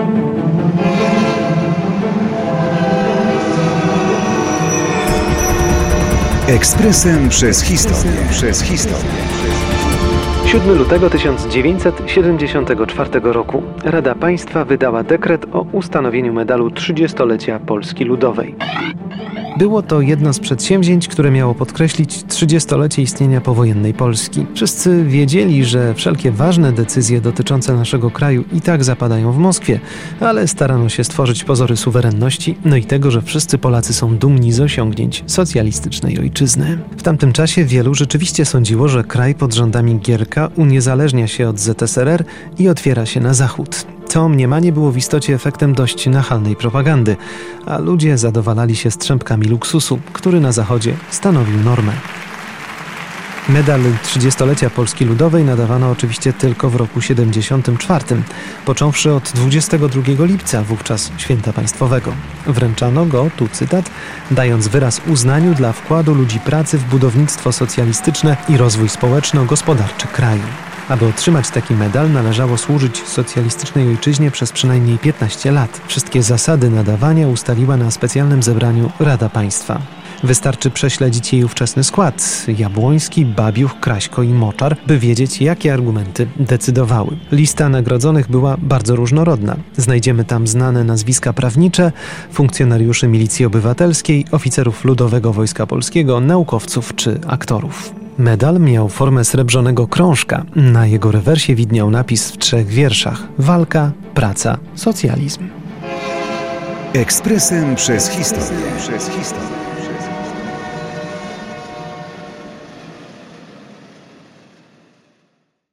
Ekspresem przez historię. 7 lutego 1974 roku Rada Państwa wydała dekret o ustanowieniu medalu 30-lecia Polski Ludowej. Było to jedno z przedsięwzięć, które miało podkreślić 30-lecie istnienia powojennej Polski. Wszyscy wiedzieli, że wszelkie ważne decyzje dotyczące naszego kraju i tak zapadają w Moskwie, ale starano się stworzyć pozory suwerenności, no i tego, że wszyscy Polacy są dumni z osiągnięć socjalistycznej ojczyzny. W tamtym czasie wielu rzeczywiście sądziło, że kraj pod rządami Gierka uniezależnia się od ZSRR i otwiera się na zachód. To mniemanie było w istocie efektem dość nachalnej propagandy, a ludzie zadowalali się strzępkami luksusu, który na Zachodzie stanowił normę. Medal 30-lecia Polski Ludowej nadawano oczywiście tylko w roku 74, począwszy od 22 lipca, wówczas Święta Państwowego. Wręczano go, tu cytat, dając wyraz uznaniu dla wkładu ludzi pracy w budownictwo socjalistyczne i rozwój społeczno-gospodarczy kraju. Aby otrzymać taki medal, należało służyć socjalistycznej ojczyźnie przez przynajmniej 15 lat. Wszystkie zasady nadawania ustaliła na specjalnym zebraniu Rada Państwa. Wystarczy prześledzić jej ówczesny skład: Jabłoński, Babiuch, Kraśko i Moczar, by wiedzieć, jakie argumenty decydowały. Lista nagrodzonych była bardzo różnorodna. Znajdziemy tam znane nazwiska prawnicze, funkcjonariuszy Milicji Obywatelskiej, oficerów Ludowego Wojska Polskiego, naukowców czy aktorów. Medal miał formę srebrzonego krążka. Na jego rewersie widniał napis w 3 wierszach: walka, praca, socjalizm. Ekspresem przez historię.